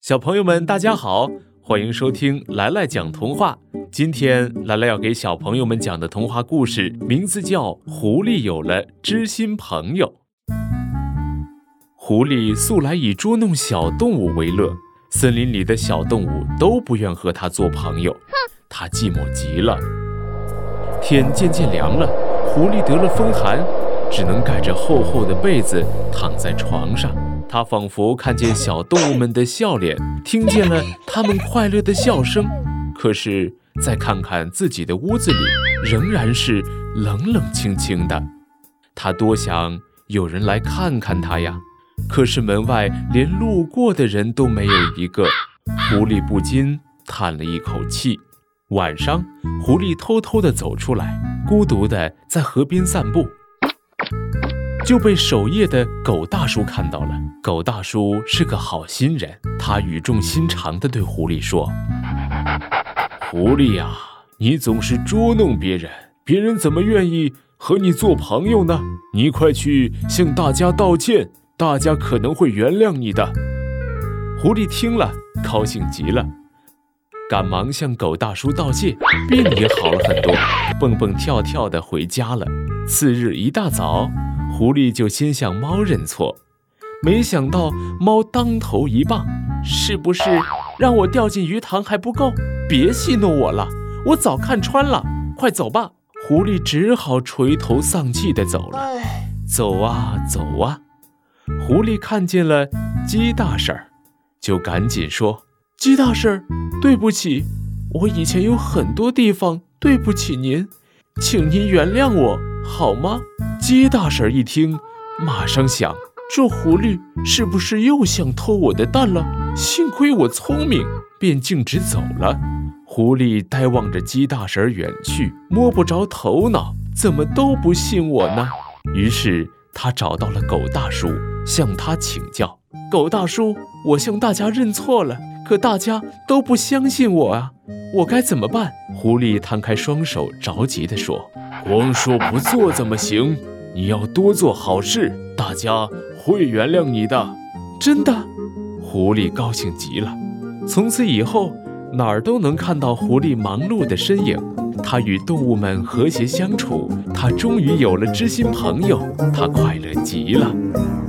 小朋友们大家好，欢迎收听来来讲童话。今天来来要给小朋友们讲的童话故事名字叫《狐狸有了知心朋友》。狐狸素来以捉弄小动物为乐，森林里的小动物都不愿和它做朋友，它寂寞极了。天渐渐凉了，狐狸得了风寒，只能盖着厚厚的被子躺在床上。他仿佛看见小动物们的笑脸，听见了它们快乐的笑声，可是再看看自己的屋子里，仍然是冷冷清清的。他多想有人来看看他呀，可是门外连路过的人都没有一个。狐狸不禁叹了一口气。晚上，狐狸偷偷地走出来，孤独地在河边散步，就被守夜的狗大叔看到了。狗大叔是个好心人，他语重心长地对狐狸说：狐狸呀，你总是捉弄别人，别人怎么愿意和你做朋友呢？你快去向大家道歉，大家可能会原谅你的。狐狸听了，高兴极了，赶忙向狗大叔道谢，病也好了很多，蹦蹦跳跳地回家了。次日一大早，狐狸就先向猫认错，没想到猫当头一棒：是不是让我掉进鱼塘还不够？别戏弄我了，我早看穿了，快走吧。狐狸只好垂头丧气地走了。走啊走啊，狐狸看见了鸡大婶儿，就赶紧说：鸡大婶儿，对不起，我以前有很多地方对不起您，请您原谅我好吗？鸡大婶一听，马上想，这狐狸是不是又想偷我的蛋了？幸亏我聪明，便径直走了。狐狸呆望着鸡大婶远去，摸不着头脑，怎么都不信我呢？于是他找到了狗大叔，向他请教：狗大叔，我向大家认错了，可大家都不相信我啊，我该怎么办？狐狸摊开双手，着急地说：光说不做怎么行？你要多做好事，大家会原谅你的。真的？狐狸高兴极了。从此以后，哪儿都能看到狐狸忙碌的身影。他与动物们和谐相处，他终于有了知心朋友，他快乐极了。